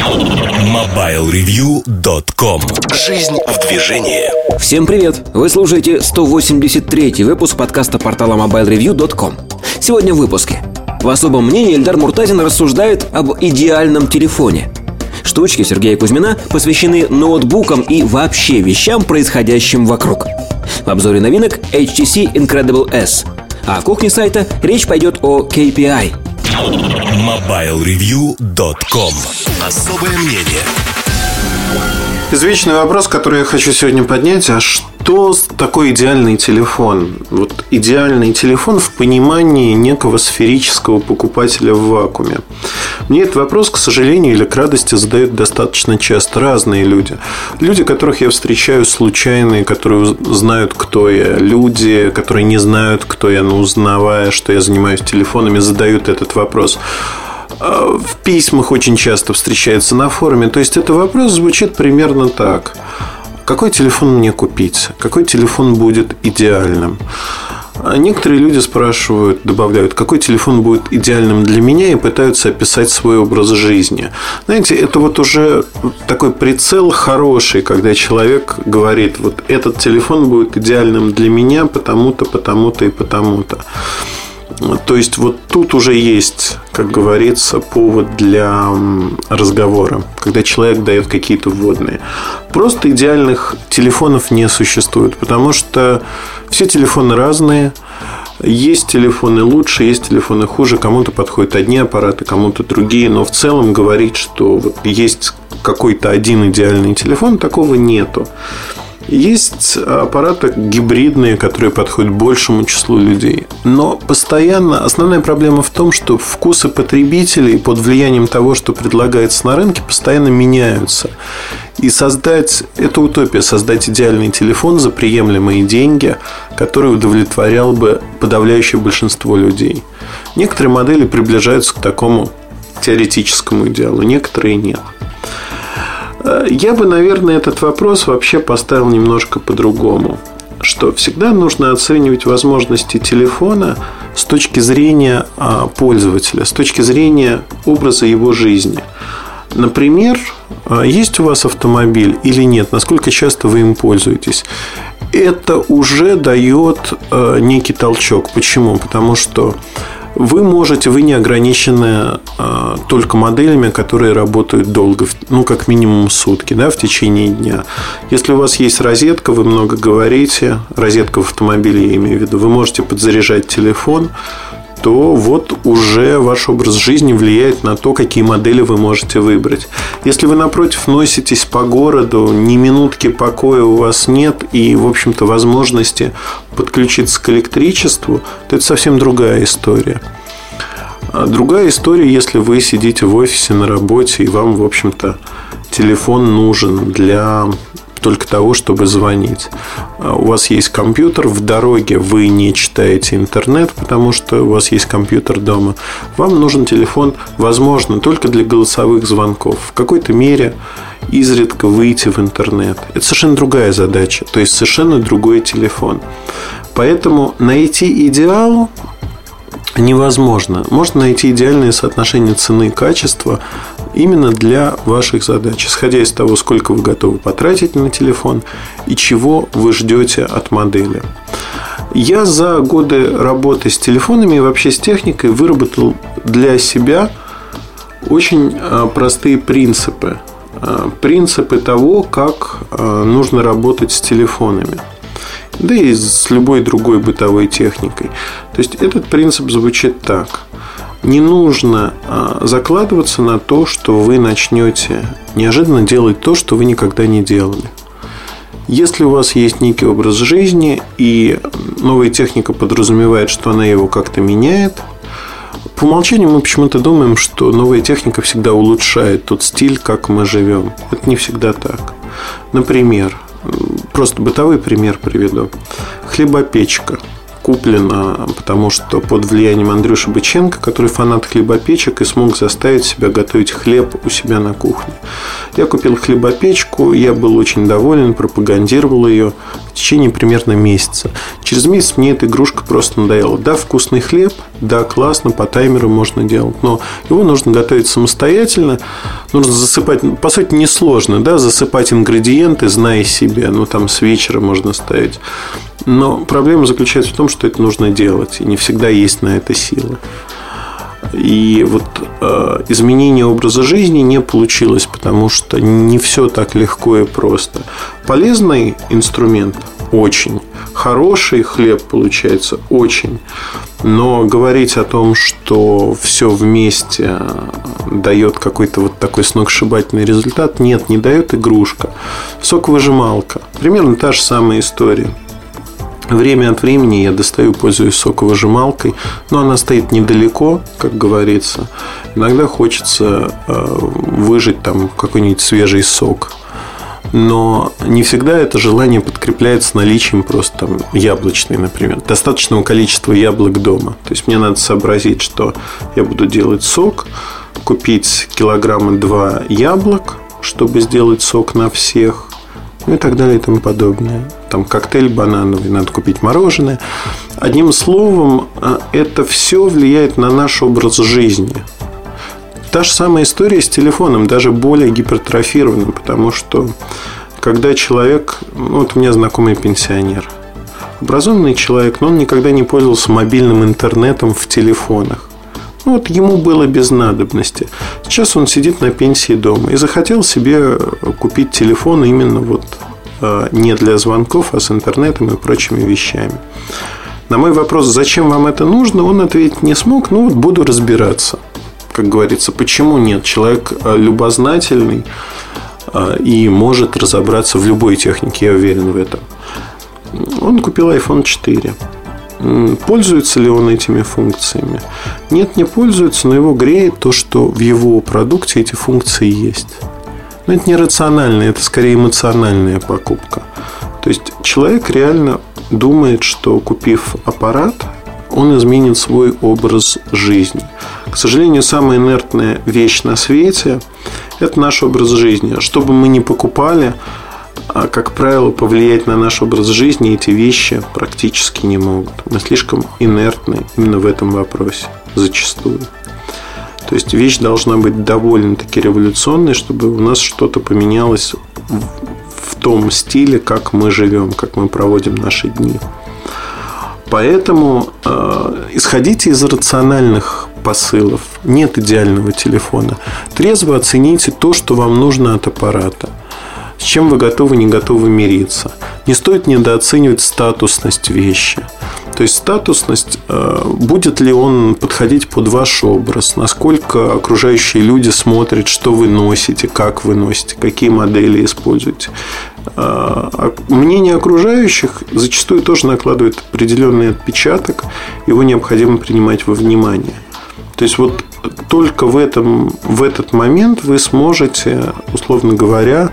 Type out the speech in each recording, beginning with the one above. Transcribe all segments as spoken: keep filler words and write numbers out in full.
мобайл ревью точка ком. Жизнь в движении. Всем привет! Вы слушаете сто восемьдесят третий выпуск подкаста портала мобайл ревью точка ком. Сегодня в выпуске. В особом мнении Эльдар Муртазин рассуждает об идеальном телефоне. Штучки Сергея Кузьмина посвящены ноутбукам и вообще вещам, происходящим вокруг. В обзоре новинок эйч ти си Incredible S. А о кухне сайта речь пойдет о кей пи ай. мобайл ревью точка ком. Особое мнение. Извечный вопрос, который я хочу сегодня поднять: а что такое идеальный телефон? Вот идеальный телефон в понимании некого сферического покупателя в вакууме. Мне этот вопрос, к сожалению или к радости, задают достаточно часто разные люди. Люди, которых я встречаю случайные, которые знают, кто я. Люди, которые не знают, кто я, но узнавая, что я занимаюсь телефонами, задают этот вопрос. В письмах очень часто встречается, на форуме. То есть, этот вопрос звучит примерно так: какой телефон мне купить? Какой телефон будет идеальным? Некоторые люди спрашивают, добавляют, какой телефон будет идеальным для меня, и пытаются описать свой образ жизни. Знаете, это вот уже такой прицел хороший, когда человек говорит: вот этот телефон будет идеальным для меня потому-то, потому-то и потому-то. То есть, вот тут уже есть, как говорится, повод для разговора, когда человек дает какие-то вводные. Просто идеальных телефонов не существует, потому что все телефоны разные. Есть телефоны лучше, есть телефоны хуже. Кому-то подходят одни аппараты, кому-то другие. Но в целом говорить, что вот есть какой-то один идеальный телефон, такого нету. Есть аппараты гибридные, которые подходят большему числу людей. Но постоянно основная проблема в том, что вкусы потребителей под влиянием того, что предлагается на рынке, постоянно меняются. И создать, это утопия, создать идеальный телефон за приемлемые деньги, который удовлетворял бы подавляющее большинство людей. Некоторые модели приближаются к такому теоретическому идеалу, некоторые нет. Я бы, наверное, этот вопрос вообще поставил немножко по-другому. Что всегда нужно оценивать возможности телефона с точки зрения пользователя, с точки зрения образа его жизни. Например, есть у вас автомобиль или нет, насколько часто вы им пользуетесь. Это уже дает некий толчок. Почему? Потому что вы можете, вы не ограничены а, только моделями, которые работают долго, ну, как минимум сутки, да, в течение дня. Если у вас есть розетка, вы много говорите, розетка в автомобиле, я имею в виду, вы можете подзаряжать телефон, то вот уже ваш образ жизни влияет на то, какие модели вы можете выбрать. Если вы, напротив, носитесь по городу, ни минутки покоя у вас нет и, в общем-то, возможности подключиться к электричеству, то это совсем другая история. Другая история, если вы сидите в офисе на работе, и вам, в общем-то, телефон нужен для только того, чтобы звонить. У вас есть компьютер, в дороге вы не читаете интернет, потому что у вас есть компьютер дома. Вам нужен телефон, возможно, только для голосовых звонков. В какой-то мере изредка выйти в интернет. Это совершенно другая задача, то есть совершенно другой телефон. Поэтому найти идеал невозможно. Можно найти идеальное соотношение цены и качества именно для ваших задач, исходя из того, сколько вы готовы потратить на телефон и чего вы ждете от модели. Я за годы работы с телефонами и вообще с техникой выработал для себя очень простые принципы. Принципы того, как нужно работать с телефонами. Да и с любой другой бытовой техникой. То есть, этот принцип звучит так: не нужно закладываться на то, что вы начнете неожиданно делать то, что вы никогда не делали. Если у вас есть некий образ жизни, и новая техника подразумевает, что она его как-то меняет, по умолчанию мы почему-то думаем, что новая техника всегда улучшает тот стиль, как мы живем. Это не всегда так. Например, просто бытовой пример приведу. Хлебопечка. куплено, потому что под влиянием Андрюши Быченко, который фанат хлебопечек и смог заставить себя готовить хлеб у себя на кухне. Я купил хлебопечку, я был очень доволен, пропагандировал ее в течение примерно месяца. Через месяц мне эта игрушка просто надоела. Да, вкусный хлеб, да, классно, по таймеру можно делать, но его нужно готовить самостоятельно. Нужно засыпать, по сути, несложно, да, засыпать ингредиенты, зная себе, ну, там с вечера можно ставить. Но проблема заключается в том, что это нужно делать, и не всегда есть на это силы. И вот э, изменение образа жизни не получилось, потому что не все так легко и просто. Полезный инструмент очень. Хороший хлеб получается очень. Но говорить о том, что все вместе дает какой-то вот такой сногсшибательный результат, нет, не дает игрушка. Соковыжималка. Примерно та же самая история. Время от времени я достаю, пользуюсь соковыжималкой, но она стоит недалеко, как говорится. Иногда хочется э, выжать там какой-нибудь свежий сок. Но не всегда это желание подкрепляется наличием просто там яблочной, например, достаточного количества яблок дома. То есть мне надо сообразить, что я буду делать сок, купить килограмма два яблок, чтобы сделать сок на всех, ну и так далее и тому подобное. Там коктейль банановый, надо купить мороженое. Одним словом, это все влияет на наш образ жизни. Та же самая история с телефоном, даже более гипертрофированным, потому что когда человек, ну вот у меня знакомый пенсионер, образованный человек, но он никогда не пользовался мобильным интернетом в телефонах. Ну, вот ему было без надобности. Сейчас он сидит на пенсии дома и захотел себе купить телефон именно вот э, не для звонков, а с интернетом и прочими вещами. На мой вопрос, зачем вам это нужно, он ответить не смог. Ну, вот буду разбираться. Как говорится, почему нет? Человек любознательный э, и может разобраться в любой технике, я уверен в этом. Он купил айфон четыре. Пользуется ли он этими функциями? Нет, не пользуется, но его греет то, что в его продукте эти функции есть. Но это не рациональная, это скорее эмоциональная покупка. То есть человек реально думает, что купив аппарат, он изменит свой образ жизни. К сожалению, самая инертная вещь на свете – это наш образ жизни. Что бы мы ни покупали, как правило, повлиять на наш образ жизни эти вещи практически не могут. Мы слишком инертны именно в этом вопросе, зачастую. То есть вещь должна быть довольно-таки революционной, чтобы у нас что-то поменялось в том стиле, как мы живем, как мы проводим наши дни. Поэтому э, исходите из рациональных посылов. Нет идеального телефона. Трезво оцените то, что вам нужно от аппарата. С чем вы готовы, не готовы мириться. Не стоит недооценивать статусность вещи. То есть статусность, будет ли он подходить под ваш образ, насколько окружающие люди смотрят, что вы носите, как вы носите, какие модели используете. Мнение окружающих зачастую тоже накладывает определенный отпечаток, его необходимо принимать во внимание. То есть вот только в, этом, в этот момент вы сможете, условно говоря,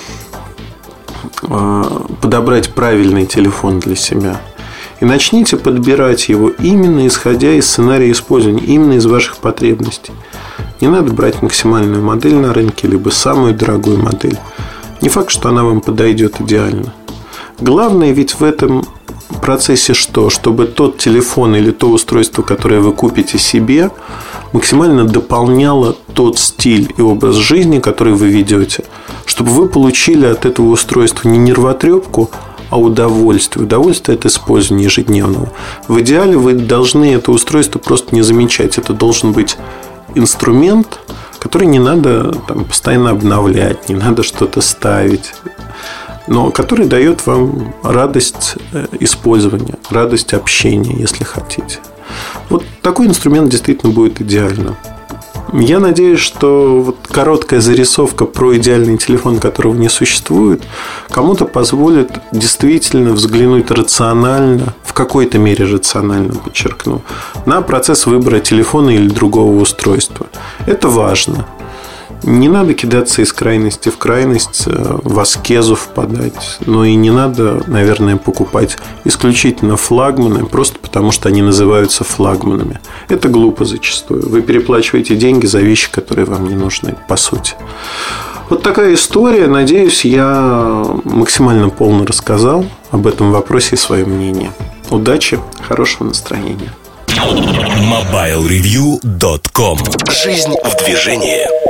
подобрать правильный телефон для себя. И начните подбирать его именно исходя из сценария использования, именно из ваших потребностей. Не надо брать максимальную модель на рынке, либо самую дорогую модель. Не факт, что она вам подойдет идеально. Главное ведь в этом процессе что? Чтобы тот телефон или то устройство, которое вы купите себе, максимально дополняло тот стиль и образ жизни, который вы ведете. Чтобы вы получили от этого устройства не нервотрепку, а удовольствие. Удовольствие от использования ежедневного. В идеале вы должны это устройство просто не замечать. Это должен быть инструмент, который не надо там постоянно обновлять, не надо что-то ставить, но который дает вам радость использования, радость общения, если хотите. Вот такой инструмент действительно будет идеальным. Я надеюсь, что вот короткая зарисовка про идеальный телефон, которого не существует, кому-то позволит действительно взглянуть рационально, в какой-то мере рационально, подчеркну, на процесс выбора телефона или другого устройства. Это важно. Не надо кидаться из крайности в крайность, в аскезу впадать. Но и не надо, наверное, покупать исключительно флагманы, просто потому что они называются флагманами. Это глупо зачастую. Вы переплачиваете деньги за вещи, которые вам не нужны, по сути. Вот такая история. Надеюсь, я максимально полно рассказал об этом вопросе и свое мнение. Удачи, хорошего настроения. мобайл ревью точка ком. Жизнь в движении.